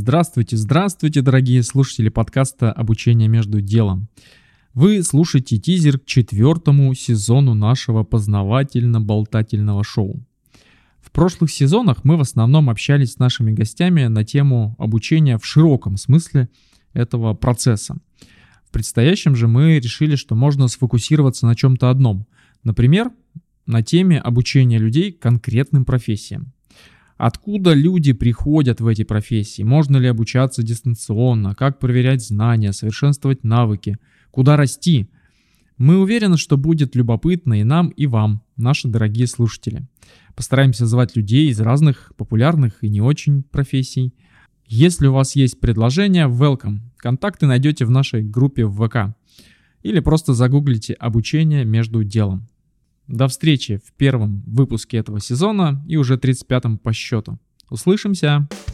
Здравствуйте, дорогие слушатели подкаста «Обучение между делом». Вы слушаете тизер к 4-му сезону нашего познавательно-болтательного шоу. В прошлых сезонах мы в основном общались с нашими гостями на тему обучения в широком смысле этого процесса. В предстоящем же мы решили, что можно сфокусироваться на чем-то одном. Например, на теме обучения людей конкретным профессиям. Откуда люди приходят в эти профессии? Можно ли обучаться дистанционно? Как проверять знания, совершенствовать навыки? Куда расти? Мы уверены, что будет любопытно и нам, и вам, наши дорогие слушатели. Постараемся звать людей из разных популярных и не очень профессий. Если у вас есть предложения, welcome. Контакты найдете в нашей группе в ВК. Или просто загуглите «Обучение между делом». До встречи в первом выпуске этого сезона и уже 35-м по счету. Услышимся!